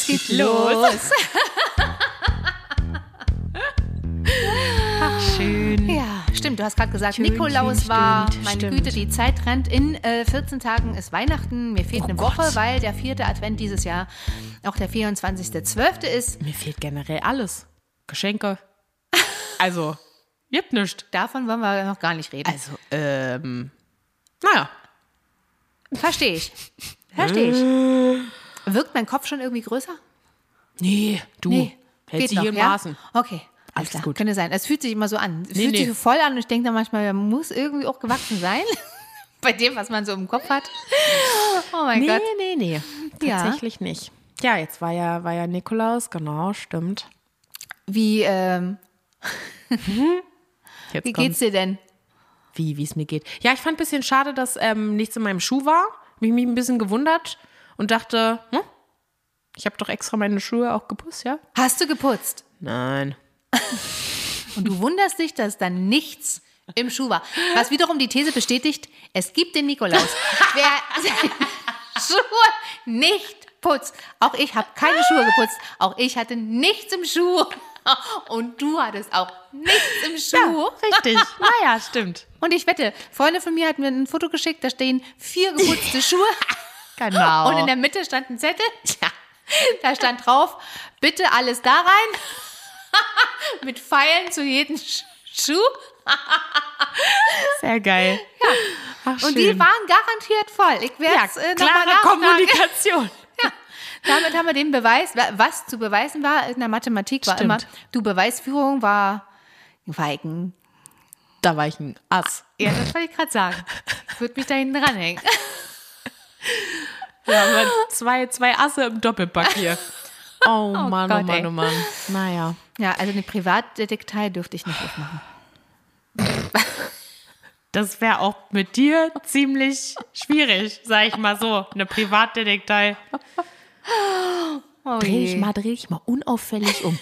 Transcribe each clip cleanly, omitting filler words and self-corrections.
Es geht los. Ach, schön. Ja, stimmt. Du hast gerade gesagt, Schön, Nikolaus schön, war, stimmt, meine stimmt. Güte, die Zeit rennt. In 14 Tagen ist Weihnachten. Mir fehlt eine Woche, Gott. weil der 4. Advent dieses Jahr auch der 24.12. ist. Mir fehlt generell alles. Geschenke. Also, gibt nichts. Davon wollen wir noch gar nicht reden. Also, naja. Verstehe ich. Verstehe ich. Wirkt mein Kopf schon irgendwie größer? Nee, du. Hält geht sich noch, hier in ja? Maßen. Okay, alles Alles klar. gut. Könnte sein. Es fühlt sich immer so an. Es Nee, fühlt nee. sich so voll an und ich denke dann manchmal, er muss irgendwie auch gewachsen sein. Bei dem, was man so im Kopf hat. Oh mein Gott. Nee. Ja. Tatsächlich nicht. Ja, jetzt war ja Nikolaus, genau, stimmt. Wie Jetzt geht's kommt's. dir denn? Wie es mir geht. Ja, ich fand ein bisschen schade, dass nichts in meinem Schuh war. Hab mich ein bisschen gewundert und dachte, ich habe doch extra meine Schuhe auch geputzt, ja? Hast du geputzt? Nein. Und du wunderst dich, dass da nichts im Schuh war. Was wiederum die These bestätigt, es gibt den Nikolaus. Wer seine Schuhe nicht putzt. Auch ich habe keine Schuhe geputzt. Auch ich hatte nichts im Schuh. Und du hattest auch nichts im Schuh. Richtig. Naja, stimmt. Und ich wette, Freunde von mir hat mir ein Foto geschickt, da stehen 4 geputzte Schuhe. Genau. Und in der Mitte stand ein Zettel. Da stand drauf, bitte alles da rein. Mit Pfeilen zu jedem Schuh. Sehr geil. Ja. Ach, Und schön. die waren garantiert voll. Ich werde es ja, nochmal klare Kommunikation. Damit haben wir den Beweis, was zu beweisen war in der Mathematik, war Stimmt. immer, du Beweisführung war ein Da war ich ein Ass. Ja, das wollte ich gerade sagen. Ich würde mich da hinten ranhängen. Ja, aber zwei Asse im Doppelpack hier. Oh Mann, Gott, oh Mann, ey. oh Mann. Naja. Ja, also eine Privatdetektei dürfte ich nicht aufmachen. Das wäre auch mit dir ziemlich schwierig, sag ich mal so. Eine Privatdetektei. Oh Dreh je. dich mal unauffällig um.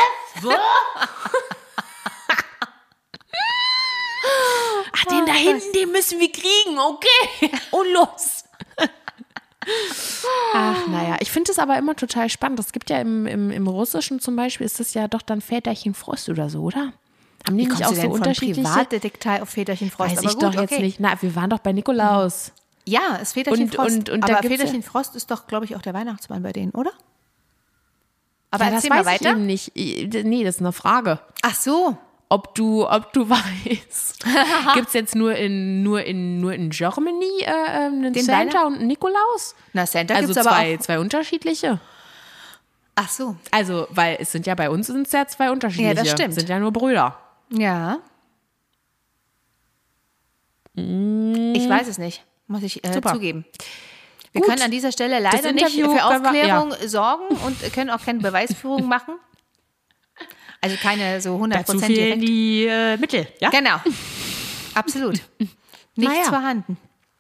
Den da hinten, den müssen wir kriegen, okay. Und los. Ach, naja. Ich finde es aber immer total spannend. Es gibt ja im Russischen zum Beispiel, ist das ja doch dann Väterchen Frost oder so, oder? Haben die Wie nicht kommst auch du so denn von unterschiedliche? Privatdetektei auf Väterchen Frost? Weiß Aber ich gut, doch jetzt okay. nicht. Na, wir waren doch bei Nikolaus. Ja, ist Väterchen Und- Frost. und da aber gibt's Väterchen Frost ist doch, glaube ich, auch der Weihnachtsmann bei denen, oder? Aber Ja, das erzähl mal weiß ich weiter. eben nicht. Nee, das ist eine Frage. Ach so. Ob du weißt. Gibt es jetzt nur in Germany einen Den Santa und einen Nikolaus? Na, Santa Also gibt's aber auch. zwei unterschiedliche. Ach so. Also, weil es sind ja bei uns sind es ja zwei unterschiedliche. Ja, das stimmt. Sind ja nur Brüder. Ja. Ich weiß es nicht, muss ich Super. zugeben. Wir Gut. können an dieser Stelle leider Das nicht Interview für können wir- Aufklärung sorgen und können auch keine Beweisführung machen. Also keine so Dazu 100% fehlen direkt. die Mittel. Ja? Genau. Absolut. Nichts Naja. vorhanden.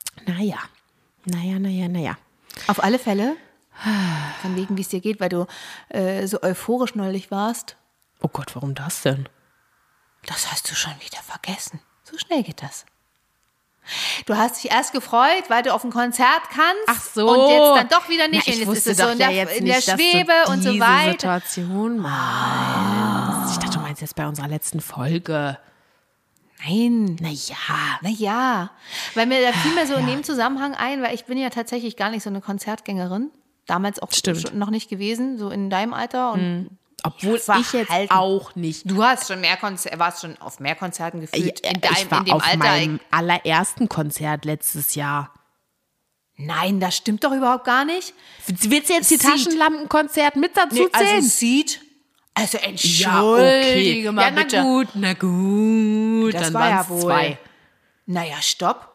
Naja. Auf alle Fälle, von wegen, wie es dir geht, weil du so euphorisch neulich warst, Oh Gott, warum das denn? das hast du schon wieder vergessen. So schnell geht das. Du hast dich erst gefreut, weil du auf ein Konzert kannst. Ach so. Und jetzt dann doch wieder nicht. Ja, ich und jetzt wusste ist es doch so in ja der, jetzt in nicht, der dass Schwebe du und so diese weiter. Situation meinst. Ich dachte, du meinst jetzt bei unserer letzten Folge. Nein. Naja. Weil mir da fiel mir so in dem Zusammenhang ein, weil ich bin ja tatsächlich gar nicht so eine Konzertgängerin. Damals auch Stimmt. schon noch nicht gewesen, so in deinem Alter. Und Obwohl ich jetzt Verhalten. auch nicht. du hast schon warst schon auf mehr Konzerten gefühlt Ich war in dem auf Alter. meinem allerersten Konzert letztes Jahr. Nein, das stimmt doch überhaupt gar nicht. Willst du jetzt die Seed. Taschenlampenkonzert mit dazu Nee, zählen? also Seed. Also entschuldige Ja, mal na bitte. gut, na gut. Das dann war ja waren's wohl. 2. Naja, stopp.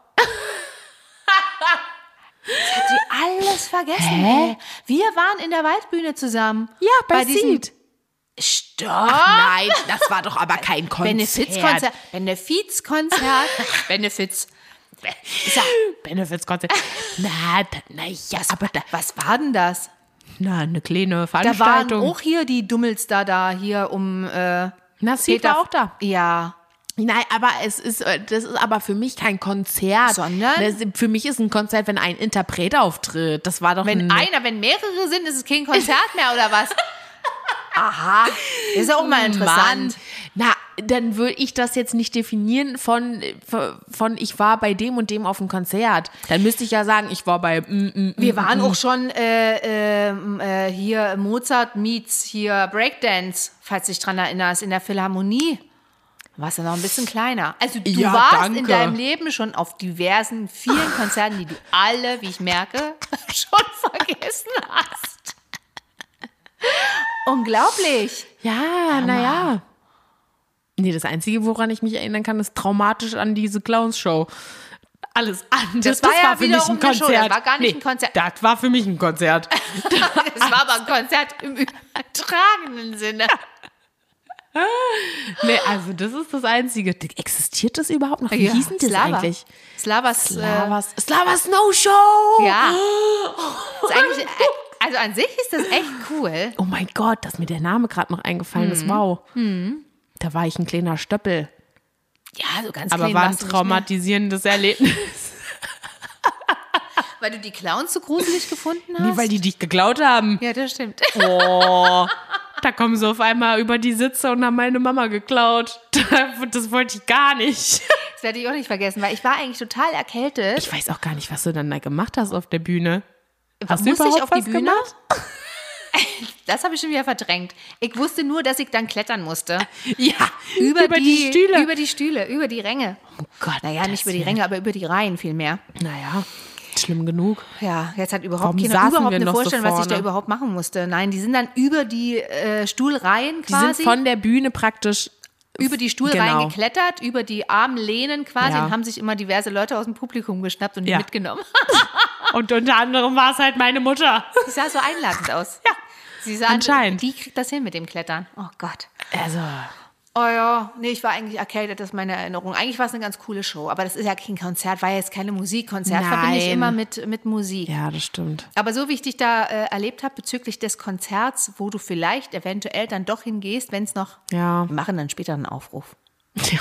Jetzt hat die alles vergessen. Ey. Wir waren in der Waldbühne zusammen. Ja, bei diesem Seed. Stopp. Nein, das war doch aber kein Konzert. Benefizkonzert. Benefizkonzert. Benefits. Benefizkonzert. Ja, aber Was war denn das? eine kleine Da waren Veranstaltung. auch hier die Dummels da hier um Na, Seed war auch da. Ja. Nein, aber das ist aber für mich kein Konzert. Sondern? Für mich ist ein Konzert, wenn ein Interpret auftritt. Das war doch Wenn mehrere sind, ist es kein Konzert mehr, oder was? Aha, ist ja auch mal interessant. Mann. Na, dann würde ich das jetzt nicht definieren von ich war bei dem und dem auf dem Konzert. Dann müsste ich ja sagen, ich war bei Wir waren auch schon hier Mozart meets hier Breakdance, falls du dich dran erinnerst, in der Philharmonie. Warst du noch ein bisschen kleiner. Also du warst in deinem Leben schon auf vielen Konzerten, die du alle, wie ich merke, schon vergessen hast. Unglaublich. Ja, naja. Nee, das Einzige, woran ich mich erinnern kann, ist traumatisch an diese Clowns-Show. Alles andere. Das war für mich ein Konzert. Show, das war gar nicht ein Konzert. Das war für mich ein Konzert. Das war aber ein Konzert im übertragenen Sinne. Nee, also das ist das Einzige. Existiert das überhaupt noch? Wie hieß denn das eigentlich? Slavas Snow Show! Ja. Ist eigentlich, also an sich ist das echt cool. Oh mein Gott, dass mir der Name gerade noch eingefallen ist. Wow. Da war ich ein kleiner Stöppel. Ja, so ganz aber klein war ein traumatisierendes Erlebnis. Weil du die Clowns so gruselig gefunden hast? Nee, weil die dich geklaut haben. Ja, das stimmt. Oh, da kommen sie auf einmal über die Sitze und haben meine Mama geklaut. Das wollte ich gar nicht. Das werde ich auch nicht vergessen, weil ich war eigentlich total erkältet. Ich weiß auch gar nicht, was du dann da gemacht hast auf der Bühne. Hast du überhaupt auf die Bühne? Gemacht? Das habe ich schon wieder verdrängt. Ich wusste nur, dass ich dann klettern musste. Ja, über die Stühle. Über die Stühle, über die Ränge. Oh Gott. Naja, nicht über die Ränge, aber über die Reihen vielmehr. Naja, schlimm genug. Ja, jetzt hat überhaupt keiner überhaupt eine Vorstellung, was ich da überhaupt machen musste. Nein, die sind dann über die Stuhlreihen quasi. Die sind von der Bühne praktisch über die Stuhlreihen geklettert, über die Armlehnen quasi und haben sich immer diverse Leute aus dem Publikum geschnappt und die mitgenommen. Und unter anderem war es halt meine Mutter. Die sah so einladend aus. Ja, sie sah, anscheinend. Die kriegt das hin mit dem Klettern. Oh Gott. Also. Oh ja, nee, ich war eigentlich erkältet, das ist meine Erinnerung. Eigentlich war es eine ganz coole Show, aber das ist ja kein Konzert, war jetzt keine Musik. Konzert verbinde ich immer mit Musik. Ja, das stimmt. Aber so wie ich dich da erlebt habe bezüglich des Konzerts, wo du vielleicht eventuell dann doch hingehst, wenn es noch, wir machen dann später einen Aufruf. Ja.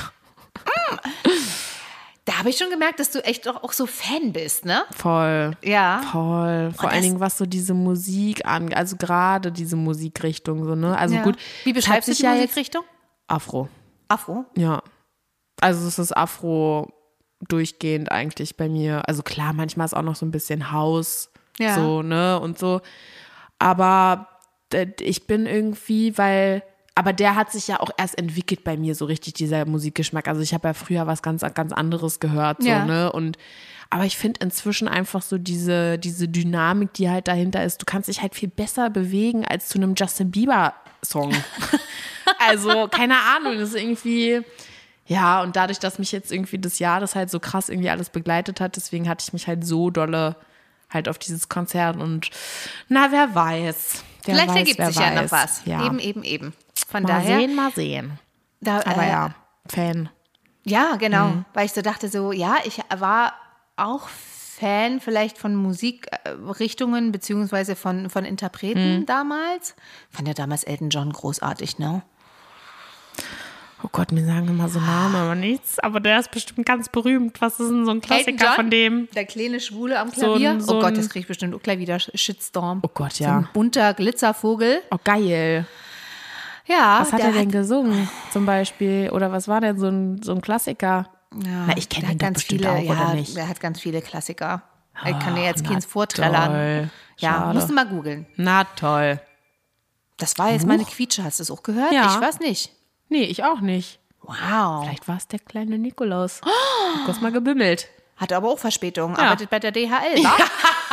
Da habe ich schon gemerkt, dass du echt auch so Fan bist, ne? Voll. Ja. Voll. Vor allen Dingen, was so diese Musik angeht, also gerade diese Musikrichtung, so, ne? Also gut. Wie beschreibst du die Musikrichtung? Afro. Afro? Ja. Also es ist Afro durchgehend eigentlich bei mir. Also klar, manchmal ist auch noch so ein bisschen House, so, ne? Und so. Aber ich bin irgendwie, aber der hat sich ja auch erst entwickelt bei mir so richtig, dieser Musikgeschmack. Also ich habe ja früher was ganz, ganz anderes gehört, so, ne? Aber ich finde inzwischen einfach so diese Dynamik, die halt dahinter ist, du kannst dich halt viel besser bewegen als zu einem Justin Bieber-Song. Also, keine Ahnung, das ist irgendwie, ja, und dadurch, dass mich jetzt irgendwie das Jahr das halt so krass irgendwie alles begleitet hat, deswegen hatte ich mich halt so dolle halt auf dieses Konzert und wer weiß. Vielleicht ergibt sich ja noch was. Ja. Eben. Von daher. Mal sehen. Aber Fan. Ja, genau. Weil ich so dachte ich war auch Fan vielleicht von Musikrichtungen beziehungsweise von Interpreten damals. Fand ja damals Elton John großartig, ne? Oh Gott, mir sagen immer so Namen, aber nichts. Aber der ist bestimmt ganz berühmt. Was ist denn so ein Klassiker von dem? Der kleine Schwule am Klavier. Oh Gott, das kriege ich bestimmt auch gleich wieder Shitstorm. Oh Gott, ja. So ein bunter Glitzervogel. Oh, geil. Ja. Was hat er denn gesungen zum Beispiel? Oder was war denn so ein Klassiker? Ja, na, ich kenne den ganz bestimmt auch, oder nicht? Der hat ganz viele Klassiker. Ich kann dir jetzt keins vorträllern. Toll. Ja, Schade. musst du mal googeln. Na toll. Das war jetzt meine Quietsche. Hast du es auch gehört? Ja. Ich weiß nicht. Nee, ich auch nicht. Wow. Vielleicht war es der kleine Nikolaus. Kurz mal gebimmelt. Hatte aber auch Verspätung. Arbeitet bei der DHL, wa?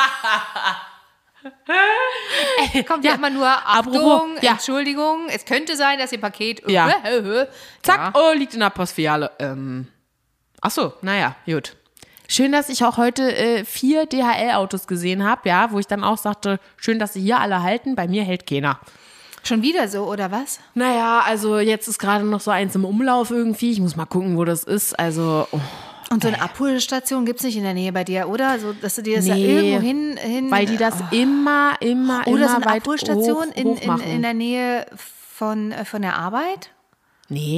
Kommt ja immer nur Achtung, Entschuldigung. Es könnte sein, dass Ihr Paket... Zack, liegt in der Postfiliale. Ach so, naja, gut. Schön, dass ich auch heute 4 DHL-Autos gesehen habe, ja, wo ich dann auch sagte, schön, dass sie hier alle halten, bei mir hält keiner. Schon wieder so, oder was? Naja, also jetzt ist gerade noch so eins im Umlauf irgendwie. Ich muss mal gucken, wo das ist. Also, und so eine Abholstation gibt es nicht in der Nähe bei dir, oder? So, dass du dir das da irgendwo hin... Weil die das immer oder so eine weit Abholstation hoch machen. in der Nähe von der Arbeit? Nee.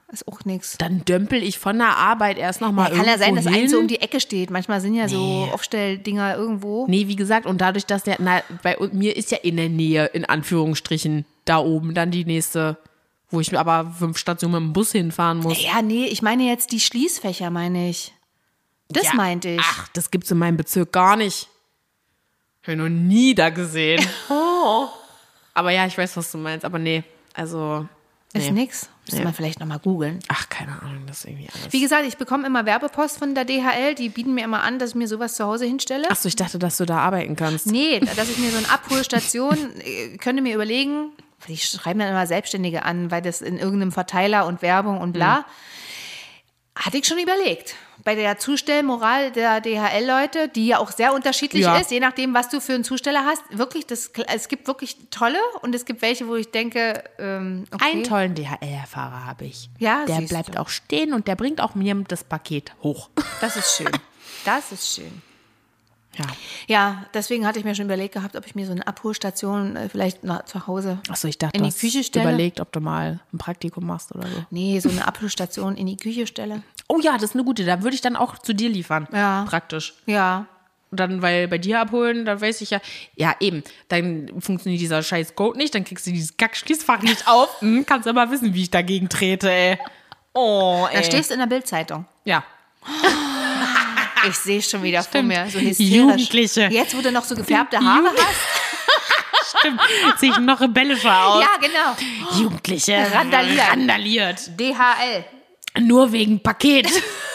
ist auch nichts. Dann dömpel ich von der Arbeit erst nochmal irgendwo hin. Kann ja sein, dass eins so um die Ecke steht. Manchmal sind ja so Aufstelldinger irgendwo. Nee, wie gesagt, und dadurch, dass bei mir ist ja in der Nähe, in Anführungsstrichen, da oben dann die nächste, wo ich aber 5 Stationen mit dem Bus hinfahren muss. Ja, nee, ich meine jetzt die Schließfächer, meine ich. Das meinte ich. Ach, das gibt's in meinem Bezirk gar nicht. Hab ich noch nie da gesehen. Aber ja, ich weiß, was du meinst, aber nee, also... Ist nix. Müssen wir vielleicht nochmal googeln. Ach, keine Ahnung, das ist irgendwie alles. Wie gesagt, ich bekomme immer Werbepost von der DHL. Die bieten mir immer an, dass ich mir sowas zu Hause hinstelle. Ach so, ich dachte, dass du da arbeiten kannst. Nee, dass ich mir so eine Abholstation, könnte mir überlegen, die schreiben dann immer Selbstständige an, weil das in irgendeinem Verteiler und Werbung und bla. Hatte ich schon überlegt. Bei der Zustellmoral der DHL-Leute, die ja auch sehr unterschiedlich ist, je nachdem, was du für einen Zusteller hast, wirklich, es gibt wirklich tolle und es gibt welche, wo ich denke, okay. Einen tollen DHL-Fahrer habe ich. Ja, der bleibt auch stehen und der bringt auch mir das Paket hoch. Das ist schön. Das ist schön. Ja. Ja, deswegen hatte ich mir schon überlegt gehabt, ob ich mir so eine Abholstation vielleicht zu Hause Achso, ich dachte, in du die hast Küche stelle. überlegt, ob du mal ein Praktikum machst oder so. Nee, so eine Abholstation in die Küche stelle. Oh ja, das ist eine gute. Da würde ich dann auch zu dir liefern. Ja. Praktisch. Ja. Und dann, weil bei dir abholen, dann weiß ich ja, eben, dann funktioniert dieser scheiß Code nicht, dann kriegst du dieses Kack-Schließfach nicht auf. Kannst aber wissen, wie ich dagegen trete, ey. Oh, ey. Da stehst du in der Bildzeitung. Ja. Ich sehe es schon wieder vor mir, so hysterisch. Jugendliche. Jetzt, wo du noch so gefärbte Haare hast. Stimmt, sieht noch rebellischer aus. Ja, genau. Jugendliche. Randaliert. DHL. Nur wegen Paket.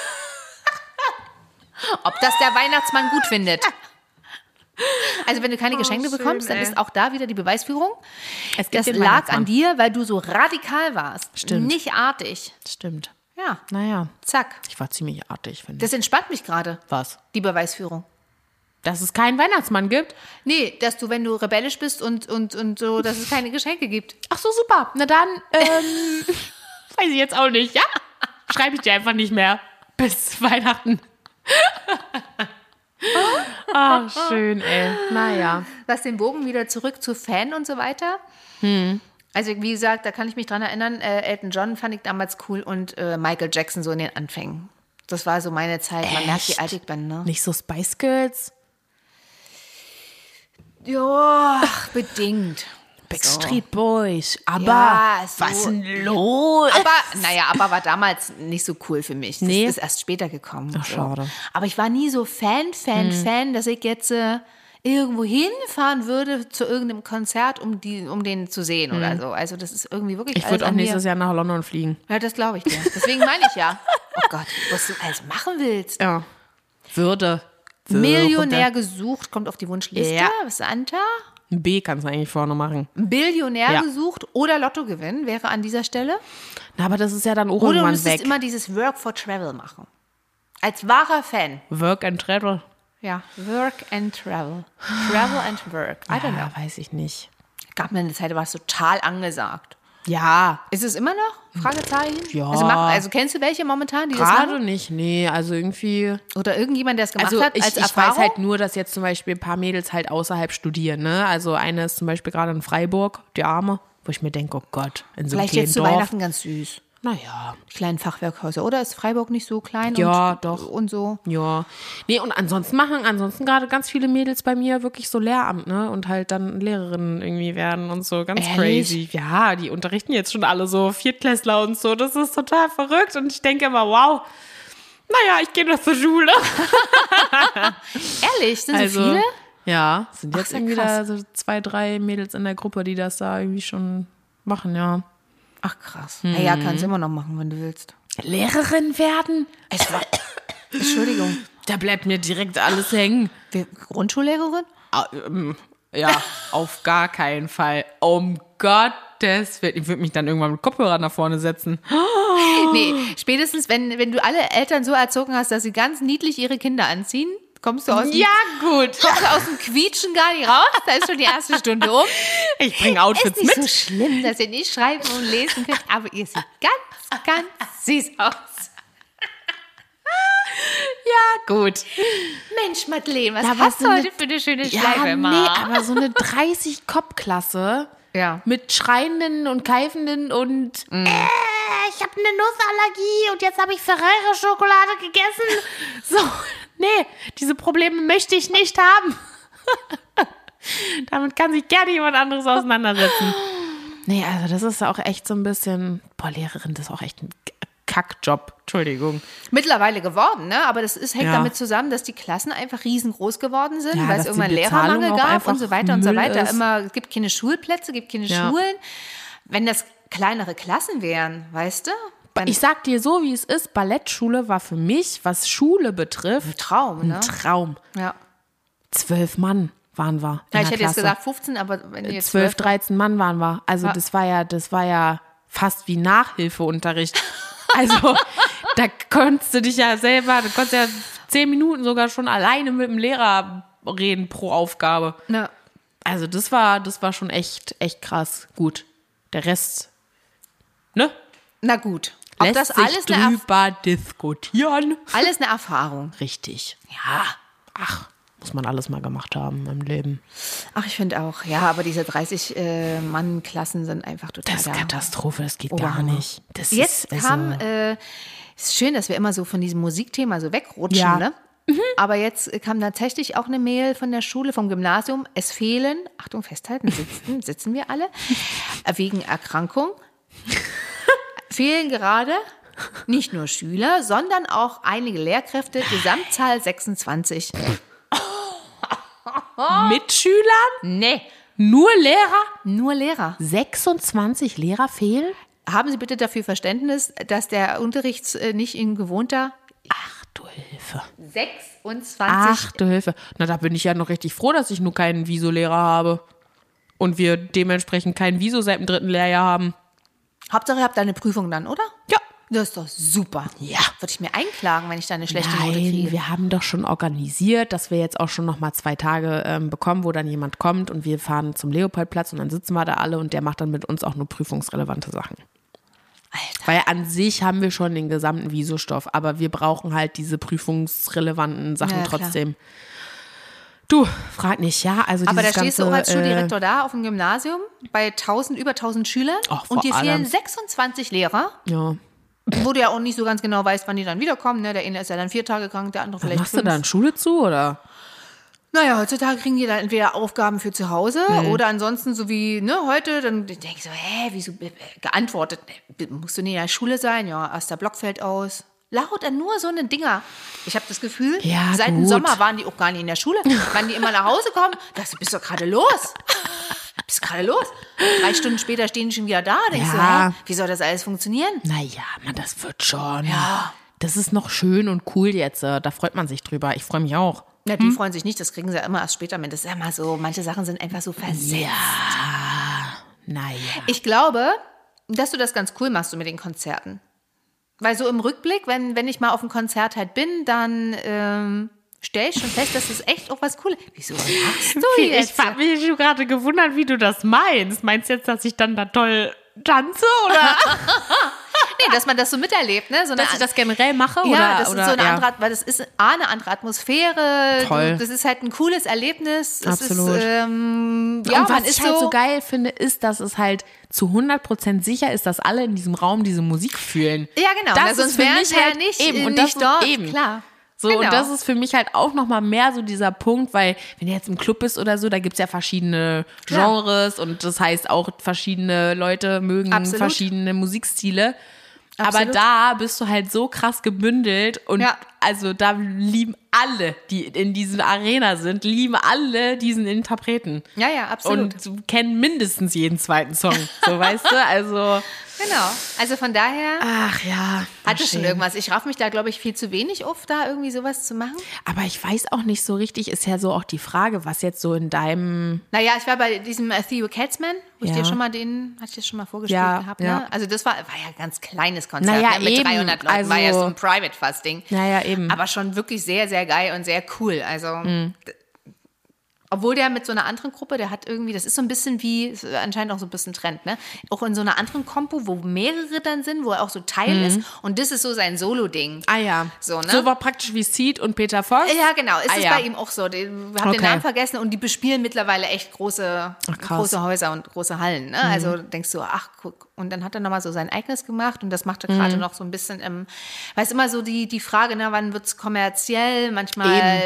Ob das der Weihnachtsmann gut findet. Also wenn du keine Geschenke schön, bekommst, dann ey. ist auch da wieder die Beweisführung. Das den lag Weihnachtsmann. an dir, weil du so radikal warst. Stimmt. Nicht artig. Stimmt. Ja, Naja, zack. ich war ziemlich artig, finde ich. Das entspannt mich gerade, Was? die Beweisführung. Dass es keinen Weihnachtsmann gibt? Nee, dass du, wenn du rebellisch bist und so, dass es keine Geschenke gibt. Ach so, super. Na dann, weiß ich jetzt auch nicht, ja? Schreibe ich dir einfach nicht mehr. Bis Weihnachten. Ach, schön, ey. Naja. Was den Bogen wieder zurück zu Fan und so weiter. Also wie gesagt, da kann ich mich dran erinnern, Elton John fand ich damals cool und Michael Jackson so in den Anfängen. Das war so meine Zeit. Man merkt, wie alt ich bin, ne? Nicht so Spice Girls? Ja, bedingt. Backstreet Boys. Aber Ja, so. was denn los? Aber war damals nicht so cool für mich. Das ist erst später gekommen. Ach, schade. Aber ich war nie so Fan, dass ich jetzt irgendwo hinfahren würde zu irgendeinem Konzert, um den zu sehen oder so. Also das ist irgendwie wirklich Ich würde auch nächstes Jahr nach London fliegen. Ja, das glaube ich dir. Deswegen meine ich ja. Oh Gott, was du alles machen willst. Ja. Würde. Millionär gesucht, kommt auf die Wunschliste. Ja. Was ist Anta? Ein B kannst du eigentlich vorne machen. Billionär gesucht oder Lottogewinn wäre an dieser Stelle. Na, aber das ist ja dann auch Oder du irgendwann müsstest weg. immer dieses Work for Travel machen. Als wahrer Fan. Work and Travel. Ja, Work and Travel. Travel and Work. I don't know. Ja, weiß ich nicht. Gab mir eine Zeit, da war es total angesagt. Ja. Ist es immer noch? Fragezeichen? Ja. Also kennst du welche momentan, die das Gerade machen? nicht, nee, also irgendwie. Oder irgendjemand, der es gemacht Also hat ich als weiß Erfahrung? halt nur, dass jetzt zum Beispiel ein paar Mädels halt außerhalb studieren, ne? Also eine ist zum Beispiel gerade in Freiburg, die Arme, wo ich mir denke, oh Gott, in so einem Vielleicht kleinen jetzt zu Dorf. Weihnachten ganz süß. Naja, Die kleinen Fachwerkhäuser. Oder ist Freiburg nicht so klein? Ja, und, doch. Und so. ja. Nee, und ansonsten gerade ganz viele Mädels bei mir wirklich so Lehramt, ne? Und halt dann Lehrerinnen irgendwie werden und so. Ganz Ehrlich? crazy. Ja, die unterrichten jetzt schon alle so Viertklässler und so. Das ist total verrückt. Und ich denke immer, wow, naja, ich gehe noch zur Schule. Ehrlich? Sind so viele? Ja, sind jetzt ist ja irgendwie krass. da so 2, 3 Mädels in der Gruppe, die das da irgendwie schon machen, ja. Ach krass. Ja, kannst du immer noch machen, wenn du willst. Lehrerin werden? Entschuldigung. Da bleibt mir direkt alles hängen. Grundschullehrerin? Ja, auf gar keinen Fall. Um Gottes Willen. Ich würde mich dann irgendwann mit Kopfhörern nach vorne setzen. Nee, spätestens, wenn du alle Eltern so erzogen hast, dass sie ganz niedlich ihre Kinder anziehen, kommst du aus dem, Ja, gut. kommst du aus dem Quietschen gar nicht raus, da ist schon die erste Stunde um. Ich bringe Outfits Ist nicht mit. so schlimm, dass ihr nicht schreiben und lesen könnt, aber ihr seht ganz, ganz süß aus. Ja, gut. Mensch, Madeleine, was Da hast war du so heute für eine schöne Ja, Schleife, nee, Ma? aber so eine 30-Kopf-Klasse Ja. mit Schreienden und Keifenden und ich habe eine Nussallergie und jetzt habe ich Ferrero-Schokolade gegessen. So, nee, diese Probleme möchte ich nicht haben. Damit kann sich gerne jemand anderes auseinandersetzen. Nee, also das ist auch echt so ein bisschen, Lehrerin, das ist auch echt ein Kackjob, Entschuldigung. Mittlerweile geworden, ne? Aber das hängt damit zusammen, dass die Klassen einfach riesengroß geworden sind, weil es irgendwann Lehrermangel gab und so weiter und so weiter. Es gibt keine Schulplätze, gibt keine Schulen. Wenn das kleinere Klassen wären, weißt du? Ich sag dir so, wie es ist, Ballettschule war für mich, was Schule betrifft, ein Traum, ne? Ein Traum. Ja. 12 Mann waren wir. Ja, ich hätte jetzt gesagt 15, aber wenn jetzt 12, 13 Mann waren wir. Also das war ja fast wie Nachhilfeunterricht. Also da konntest du dich ja selber, du konntest ja 10 Minuten sogar schon alleine mit dem Lehrer reden pro Aufgabe. Ja. Also das war schon echt krass. Gut. Der Rest, ne? Na gut. Auch lässt das sich alles drüber diskutieren. Alles eine Erfahrung. Richtig. Ja. Ach, muss man alles mal gemacht haben im Leben. Ach, ich finde auch, ja, aber diese 30-Mann-Klassen sind einfach total Das ist Katastrophe, das geht Oberhammer. gar nicht. Das Jetzt ist, kam, ist schön, dass wir immer so von diesem Musikthema so wegrutschen, Ja. ne? Aber jetzt kam tatsächlich auch eine Mail von der Schule, vom Gymnasium. Es fehlen, Achtung, festhalten, sitzen wir alle, wegen Erkrankung, fehlen gerade nicht nur Schüler, sondern auch einige Lehrkräfte, Gesamtzahl 26. mit Schülern? Nee, Nur Lehrer? nur Lehrer. 26 Lehrer fehlen? Haben Sie bitte dafür Verständnis, dass der Unterricht nicht in gewohnter Ach du Hilfe. 26. Ach du Hilfe. Na, da bin ich ja noch richtig froh, dass ich nur keinen Viso-Lehrer habe. Und wir dementsprechend keinen Viso seit dem 3. Lehrjahr haben. Hauptsache, ihr habt deine Prüfung dann, oder? Ja. Das ist doch super. Ja. Würde ich mir einklagen, wenn ich da eine schlechte Note Nein, kriege. wir haben doch schon organisiert, dass wir jetzt auch schon noch mal 2 Tage bekommen, wo dann jemand kommt und wir fahren zum Leopoldplatz und dann sitzen wir da alle und der macht dann mit uns auch nur prüfungsrelevante Sachen. Alter. Weil an sich haben wir schon den gesamten Visostoff, aber wir brauchen halt diese prüfungsrelevanten Sachen Ja, klar. trotzdem. Du, frag nicht, ja? Also Aber da dieses stehst du auch ganze, als Schuldirektor da auf dem Gymnasium bei über 1000 Schülern Ach, und dir vor fehlen allem. 26 Lehrer, Ja. wo du ja auch nicht so ganz genau weißt, wann die dann wiederkommen. Ne? Der eine ist ja dann 4 Tage krank, der andere vielleicht Machst 5. du dann Schule zu, oder? Naja, heutzutage kriegen die dann entweder Aufgaben für zu Hause oder ansonsten so wie heute, dann denke ich so, wieso geantwortet, musst du nicht in der Schule sein? Ja, erster Block fällt aus. Lauter nur so eine Dinger. Ich habe das Gefühl, Ja, seit dem gut. Sommer waren die auch gar nicht in der Schule. Wann die immer nach Hause kommen, dachte ich, bist du gerade los? Bist gerade los? 3 Stunden später stehen die schon wieder da. Denkst Ja. du, wie soll das alles funktionieren? Naja, man, das wird schon. Ja. Das ist noch schön und cool jetzt. Da freut man sich drüber. Ich freue mich auch. Ja, die freuen sich nicht, das kriegen sie ja immer erst später mit. Das ist ja immer so, manche Sachen sind einfach so versetzt. Naja. Ich glaube, dass du das ganz cool machst so mit den Konzerten. Weil so im Rückblick, wenn ich mal auf einem Konzert halt bin, dann stelle ich schon fest, dass das echt auch was Cooles ist. Wieso lachst du jetzt? Ich habe mich schon gerade gewundert, wie du das meinst. Meinst du jetzt, dass ich dann da toll tanze? Oder Nee, dass man das so miterlebt, ne? So dass ich das generell mache? ja, oder, das oder, ist so eine ja. andere, weil das ist eine andere Atmosphäre. Toll. Das ist halt ein cooles Erlebnis. Absolut. Es ist, ja, Und man was ist ich halt so geil finde, ist, dass es halt zu 100% sicher ist, dass alle in diesem Raum diese Musik fühlen. Ja, genau. Das Na, sonst ist für wären mich sie ja halt nicht, eben. Und nicht das dort. ist eben. Klar. So, Genau. und das ist für mich halt auch nochmal mehr so dieser Punkt, weil wenn du jetzt im Club bist oder so, da gibt es ja verschiedene Genres und das heißt auch verschiedene Leute mögen Absolut. verschiedene Musikstile. Aber Absolut. da bist du halt so krass gebündelt und Ja. also da lieben alle, die in dieser Arena sind, lieben alle diesen Interpreten. Ja, absolut. Und kennen mindestens jeden zweiten Song, so weißt du, also Genau. Also von daher ach ja. hat es schon schön. irgendwas. Ich raff mich da, glaube ich, viel zu wenig auf, da irgendwie sowas zu machen. Aber ich weiß auch nicht so richtig, ist ja so auch die Frage, was jetzt so in deinem Naja, ich war bei diesem Theo Katzman, wo ich Ja. dir schon mal hatte ich das schon mal vorgestellt Ja, gehabt. ja. Ne? Also das war ja ein ganz kleines Konzert, Naja, ne? Mit eben. 300 Leuten, war ja Also- so ein Private-Fasting. Naja, eben. Aber schon wirklich sehr, sehr geil und sehr cool. Also Obwohl der mit so einer anderen Gruppe, der hat irgendwie, das ist so ein bisschen wie, ist anscheinend auch so ein bisschen Trend, ne? Auch in so einer anderen Kompo, wo mehrere dann sind, wo er auch so Teil ist. Und das ist so sein Solo-Ding. Ah ja. So, ne? So war praktisch wie Seed und Peter Fox. Ja, genau. Ist es bei ihm auch so. Ich habe den Namen vergessen und die bespielen mittlerweile echt große Häuser und große Hallen. Ne? Also denkst du, ach, guck. Und dann hat er nochmal so sein eigenes gemacht und das macht er gerade noch so ein bisschen, weil es immer so die Frage, ne, wann wird es kommerziell, manchmal,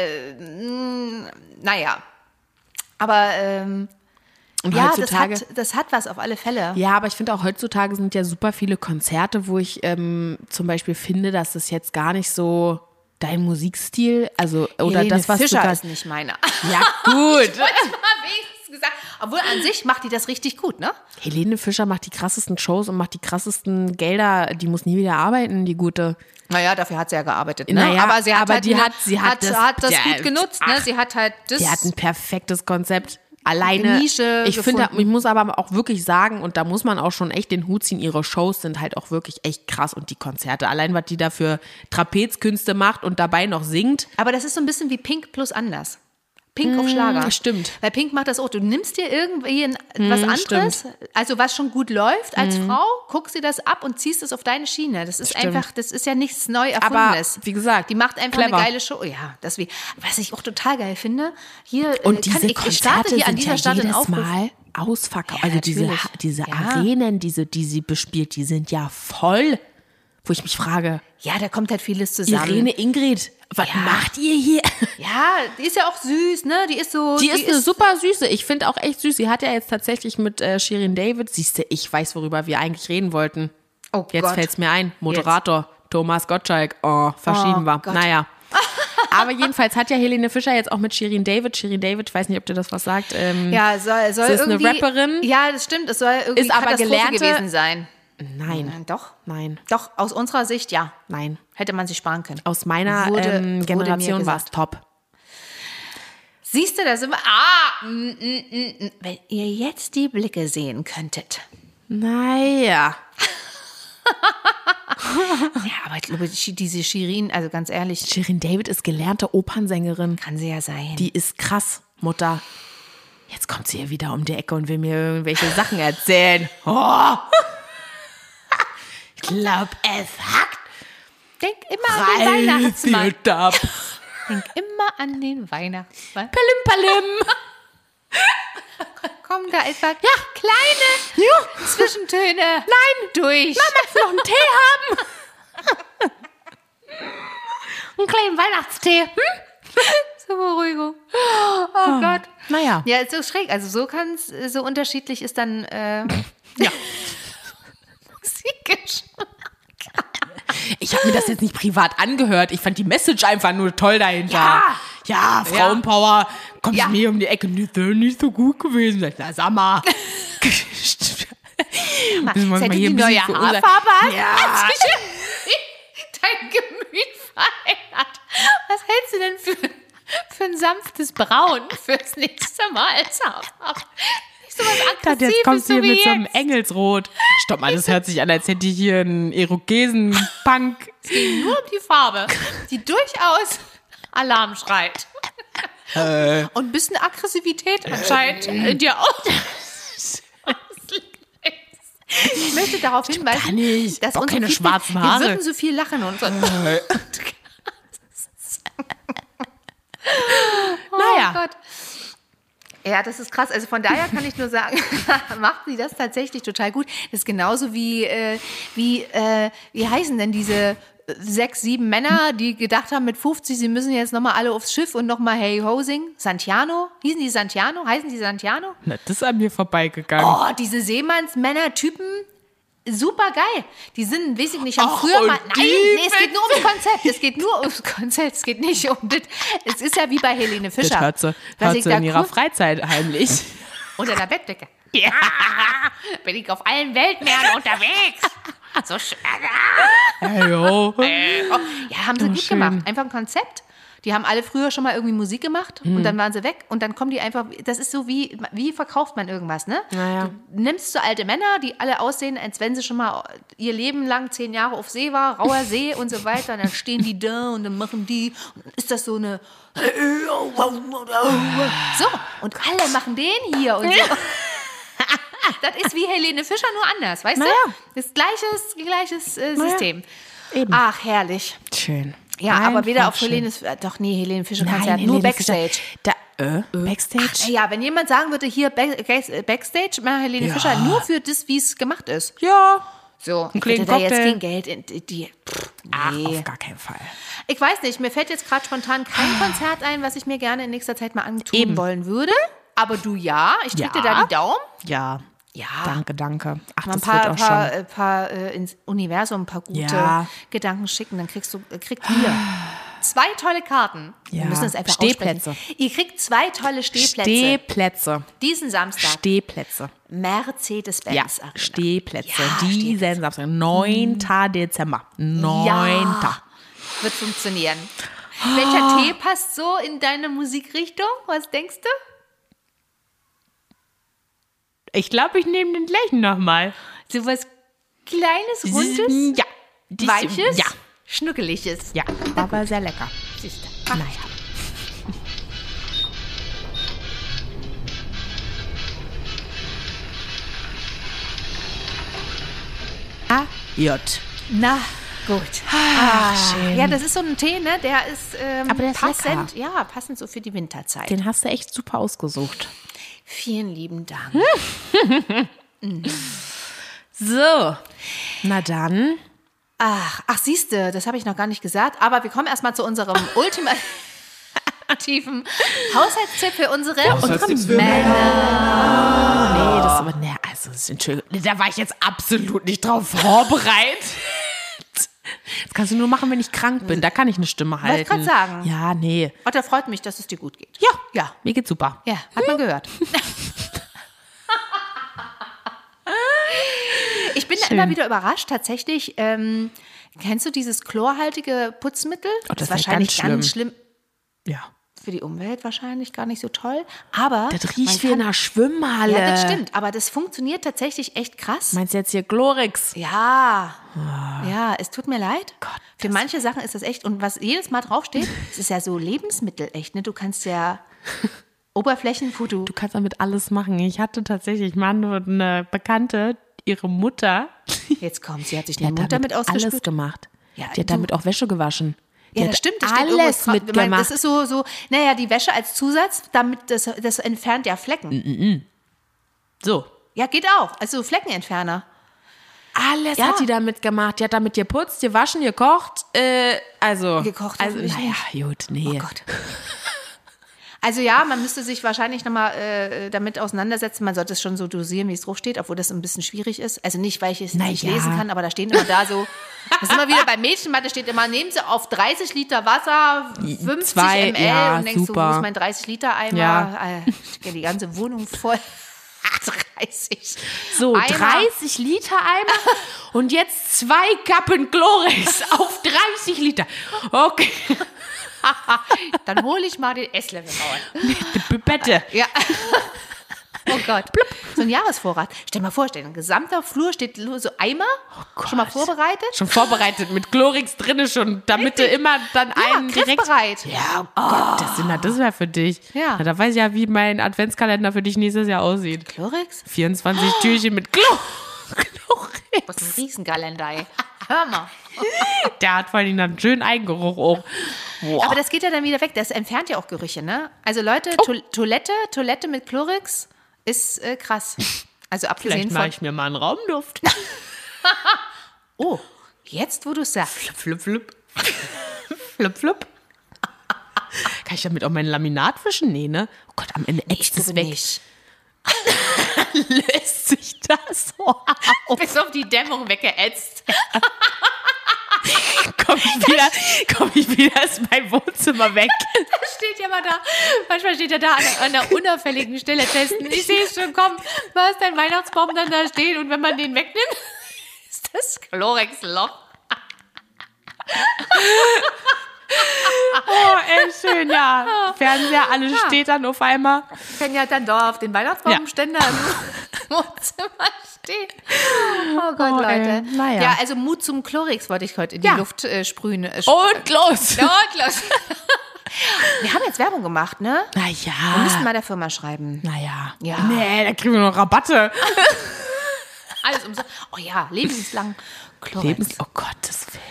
naja. Aber und ja, heutzutage, das hat was auf alle Fälle. Ja, aber ich finde auch heutzutage sind ja super viele Konzerte, wo ich zum Beispiel finde, dass das jetzt gar nicht so dein Musikstil, also oder Helene das, was Fischer du ist nicht meiner. Ja, gut. Ich wollte mal wenigstens gesagt. Obwohl an sich macht die das richtig gut, ne? Helene Fischer macht die krassesten Shows und macht die krassesten Gelder. Die muss nie wieder arbeiten, die gute. Naja, dafür hat sie ja gearbeitet, ne? Naja, aber sie hat das ja, gut genutzt, ne? Sie hat halt das. Die hat ein perfektes Konzept. Alleine, Nische ich finde, gefunden. ich muss aber auch wirklich sagen, und da muss man auch schon echt den Hut ziehen, ihre Shows sind halt auch wirklich echt krass und die Konzerte, allein was die da für Trapezkünste macht und dabei noch singt. Aber das ist so ein bisschen wie Pink plus anders. Pink auf Schlager. Stimmt. Weil Pink macht das auch. Du nimmst dir irgendwie was anderes, stimmt. also was schon gut läuft als Frau, guckst dir das ab und ziehst es auf deine Schiene. Das ist einfach, das ist ja nichts neu Erfundenes. Aber wie gesagt, die macht einfach clever. eine geile Show. Ja, deswegen. Was ich auch total geil finde, hier Und diese ich starte Konzerte hier an sind dieser ja Stelle einen jedes Aufruf. Mal ausverkauft. Ja, Also diese natürlich. Ja. Arenen, die sie bespielt, die sind ja voll. Wo ich mich frage, Ja, da kommt halt vieles zusammen. Irene Ingrid, was macht ihr hier? Ja, die ist ja auch süß, ne? Die ist so. Die ist eine super Süße. Ich finde auch echt süß. Sie hat ja jetzt tatsächlich mit Shirin David, siehst du, ich weiß, worüber wir eigentlich reden wollten. Oh Jetzt Gott. fällt es mir ein. Moderator Thomas Gottschalk. Oh, verschieben wir. Gott. Naja. Aber jedenfalls hat ja Helene Fischer jetzt auch mit Shirin David, ich weiß nicht, ob dir das was sagt. Ja, soll sie ist eine irgendwie, Rapperin. Ja, das stimmt. Es soll irgendwie Ist aber Katastrophe gelernte- gewesen sein. Nein. Doch. Nein. Doch, aus unserer Sicht ja. Nein. Hätte man sich sparen können. Aus meiner Wurde mir Generation war es gesagt. top. Siehst du, da sind wir. Wenn ihr jetzt die Blicke sehen könntet. Naja. Ja, aber ich glaube, diese Shirin, also ganz ehrlich, Shirin David ist gelernte Opernsängerin. kann sie ja sein. Die ist krass, Mutter. Jetzt kommt sie hier wieder um die Ecke und will mir irgendwelche Sachen erzählen. Oh. Ich glaube, es hackt. Denk immer an den Weihnachtsmann. Ab. Denk immer an den Weihnachtsmann. Palim, palim. Kommen da etwa kleine Zwischentöne durch. Magst du noch einen Tee haben? Einen kleinen Weihnachtstee. Zur Beruhigung. Oh Gott. Naja. Ja, ist so schräg. Also so unterschiedlich ist dann Ja. Musikgeschmack. Ich habe mir das jetzt nicht privat angehört. Ich fand die Message einfach nur toll dahinter. Ja, Frauenpower. Kommst Ja. mir um die Ecke. Nicht so gut gewesen. Na, sag mal. Seit du die neue Haarfarbe hast, Ja. hat sich dein Gemüt verändert. Was hältst du denn für ein sanftes Braun fürs nächste Mal als Haarfarbe? Nicht so was Aggressives, Jetzt kommst du hier so wie mit so einem jetzt. Engelsrot. Stopp mal, das hört sich an, als hätte ich hier einen Irokesen-Punk. Es ging nur um die Farbe, die durchaus Alarm schreit. Und ein bisschen Aggressivität anscheinend in dir auch. Ich möchte darauf hinweisen, gar nicht. dass Doch unsere keine Feedback- schwarzen Haare. Wir würden so viel lachen und so. Naja. Oh Gott. Ja, das ist krass. Also von daher kann ich nur sagen, macht sie das tatsächlich total gut. Das ist genauso wie heißen denn diese 6, 7 Männer, die gedacht haben mit 50, sie müssen jetzt nochmal alle aufs Schiff und nochmal Hey Ho singen. Santiano? Hießen die Santiano? Heißen die Santiano? Na, das ist an mir vorbeigegangen. Oh, diese Seemannsmänner-Typen, super geil. Die sind, weiß ich nicht, haben Ach, früher und mal. Nein, die es geht nur ums Konzept. Es geht nur ums Konzept. Es geht nicht um das. Es ist ja wie bei Helene Fischer. Das hört Was sie ich da in ihrer cool- Freizeit heimlich. Unter der Bettdecke. Ja, bin ich auf allen Weltmeeren unterwegs. So schön. Hey, yo. Ja, haben sie gut schön. gemacht. Einfach ein Konzept. Die haben alle früher schon mal irgendwie Musik gemacht und dann waren sie weg und dann kommen die einfach, das ist so wie verkauft man irgendwas, ne? Naja. Du nimmst so alte Männer, die alle aussehen, als wenn sie schon mal ihr Leben lang 10 Jahre auf See war, rauer See und so weiter und dann stehen die da und dann machen die, und dann ist das so eine so, und alle machen den hier und so. Das ist wie Helene Fischer, nur anders, weißt du? Das gleiches System. Eben. Ach, herrlich. Schön. Ja, Einfach aber weder auf schön. Helene Fischer-Konzert, Nein, nur Helene Backstage. Fischer. Backstage? Ach, ja, wenn jemand sagen würde, hier Backstage, mal Helene Fischer, nur für das, wie es gemacht ist. Ja. So, ich kleinen hätte da jetzt Cocktail. kein Geld in die. Ach, Nee. auf gar keinen Fall. Ich weiß nicht, mir fällt jetzt gerade spontan kein Konzert ein, was ich mir gerne in nächster Zeit mal antun wollen würde. Aber du ja, ich drücke dir da die Daumen. Ja. Ja. Danke. Ach, Mal das wird auch schon. paar ins Universum ein paar gute Ja. Gedanken schicken, dann kriegt ihr 2 tolle Karten. Ja. Wir müssen es einfach Stehplätze. aussprechen. Ihr kriegt 2 tolle Stehplätze. Stehplätze. Diesen Samstag. Stehplätze. Mercedes-Benz Ja, Arena. Stehplätze. Ja, Diesen Samstag. 9. Dezember. 9. Ja. Wird funktionieren. Welcher Tee passt so in deine Musikrichtung? Was denkst du? Ich glaube, ich nehme den gleichen nochmal. So was Kleines, Rundes, Ja. Weiches, Ja. Schnuckeliges. Ja, aber sehr lecker. Siehst du. Ach, Naja. J. Na, gut. Schön. Ja, das ist so ein Tee, ne? Der ist, Aber der ist passend, lecker. ja, passend so für die Winterzeit. Den hast du echt super ausgesucht. Vielen lieben Dank. So. Na dann. Ach, siehst du, das habe ich noch gar nicht gesagt. Aber wir kommen erstmal zu unserem ultimativen Haushaltstipp für unsere Männer. Nee, das ist aber, nee, also, Entschuldigung, da war ich jetzt absolut nicht drauf vorbereitet. Das kannst du nur machen, wenn ich krank bin. Da kann ich eine Stimme halten. Wollte ich gerade sagen. Ja, nee. Und da freut mich, dass es dir gut geht. Ja, mir geht's super. Ja, hat man gehört. Ich bin immer wieder überrascht, tatsächlich. Kennst du dieses chlorhaltige Putzmittel? Oh, das ist wahrscheinlich ganz schlimm. Ja. Für die Umwelt wahrscheinlich gar nicht so toll. Aber Das man riecht wie in einer Schwimmhalle. Ja, das stimmt. Aber das funktioniert tatsächlich echt krass. Meinst du jetzt hier Glorix? Ja. Ja, es tut mir leid. Gott, Für manche Sachen ist das echt. Und was jedes Mal draufsteht, es ist ja so Lebensmittel echt. Ne? Du kannst ja Oberflächenfoto. Du kannst damit alles machen. Ich hatte tatsächlich mal eine Bekannte, ihre Mutter, Jetzt kommt, sie hat sich die den hat Mund damit alles ausgespült. gemacht. Ja, Die hat du- damit auch Wäsche gewaschen. Die Ja, hat das stimmt. Das steht irgendwo alles drauf. Ich meine, mitgemacht. das ist so, naja, die Wäsche als Zusatz, damit das entfernt ja Flecken. So. Ja, geht auch. Also Fleckenentferner. Alles Ja. hat die damit gemacht. Die hat damit geputzt, gewaschen, gekocht. Gekocht Also, hoffentlich naja, gut, nee. Oh Gott. Also ja, man müsste sich wahrscheinlich nochmal damit auseinandersetzen. Man sollte es schon so dosieren, wie es draufsteht, obwohl das ein bisschen schwierig ist. Also nicht, weil ich es nicht ja. lesen kann, aber da stehen immer da so, das ist immer wieder bei Mädchenmatte steht immer, nehmen Sie auf 30 Liter Wasser 50 2, ml ja, und denkst super. du, wo ist mein 30 Liter Eimer? Ja. Steht ja die ganze Wohnung voll. 30. So, Eimer. 30 Liter Eimer und jetzt 2 Kappen Glorix auf 30 Liter. Okay. Dann hole ich mal den Esslöffel raus. Bitte. Ja. Oh Gott. So ein Jahresvorrat. Stell dir mal vor, ein gesamter Flur steht nur so Eimer. Schon mal vorbereitet? Schon vorbereitet mit Glorix drinne schon, damit du immer dann einen direkt... griffbereit. Ja, oh Gott, das wäre für dich. Ja. Na, da weiß ich ja, wie mein Adventskalender für dich nächstes Jahr aussieht. Chlorix? 24 Türchen mit Glorix. Was ein Riesenkalender, ey. Hör mal. Der hat vor allem einen schönen Eigengeruch auch. Boah. Aber das geht ja dann wieder weg. Das entfernt ja auch Gerüche, ne? Also Leute, Toilette mit Chlorix ist krass. Also abgesehen Vielleicht mache von... ich mir mal einen Raumduft. Oh, jetzt wo du es sagst. Flup, flup. Flup, flup. Kann ich damit auch mein Laminat wischen? Nee, ne? Oh Gott, am Ende ätzt es weg. Nicht. Löst sich das so auf. Bis auf die Dämmung weggeätzt. Komm ich wieder aus meinem Wohnzimmer weg. Steht ja mal da. Manchmal steht er da an einer unauffälligen Stelle testen. Ich sehe es schon kommen. Du hast dein Weihnachtsbaum dann da stehen und wenn man den wegnimmt, ist das Chlorix-Loch. Oh, ey, schön, ja. Fernseher, alles steht dann auf einmal. Fenja hat dann da auf den Weihnachtsbaumständer im Wohnzimmer stehen. Oh Gott, Leute. Naja. Ja, also Mut zum Chlorix wollte ich heute in die Luft sprühen. Und los. Und los. Wir haben jetzt Werbung gemacht, ne? Naja. Wir müssen mal der Firma schreiben. Naja. Ja. Nee, da kriegen wir noch Rabatte. Alles umsonst. Oh ja, lebenslang Chlorix. Oh Gottes Willen.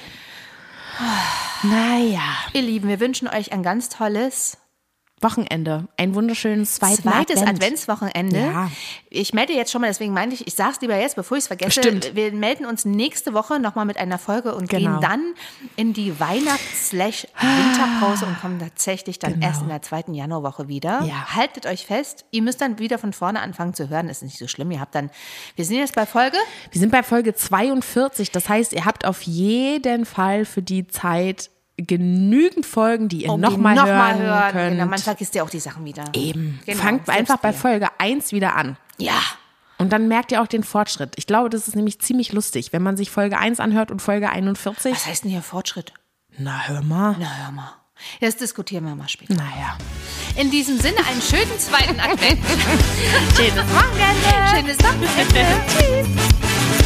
Naja. Ihr Lieben, wir wünschen euch ein ganz tolles Wochenende. Ein wunderschönes zweites Adventswochenende. Ja. Ich melde jetzt schon mal, deswegen meinte ich sage es lieber jetzt, bevor ich es vergesse. Stimmt. Wir melden uns nächste Woche nochmal mit einer Folge und gehen dann in die Weihnachts-/Winterpause und kommen tatsächlich dann erst in der 2. Januarwoche wieder. Ja. Haltet euch fest, ihr müsst dann wieder von vorne anfangen zu hören, ist nicht so schlimm. Wir sind jetzt bei Folge? Wir sind bei Folge 42, das heißt, ihr habt auf jeden Fall für die Zeit genügend Folgen, die ihr nochmal hören könnt. Genau, man vergisst ja auch die Sachen wieder. Eben. Genau, Fangt einfach bei Folge 1 wieder an. Ja. Und dann merkt ihr auch den Fortschritt. Ich glaube, das ist nämlich ziemlich lustig, wenn man sich Folge 1 anhört und Folge 41. Was heißt denn hier Fortschritt? Na, hör mal. Das diskutieren wir mal später. Naja. In diesem Sinne einen schönen 2. Advent. Schönes Wochenende. Tschüss.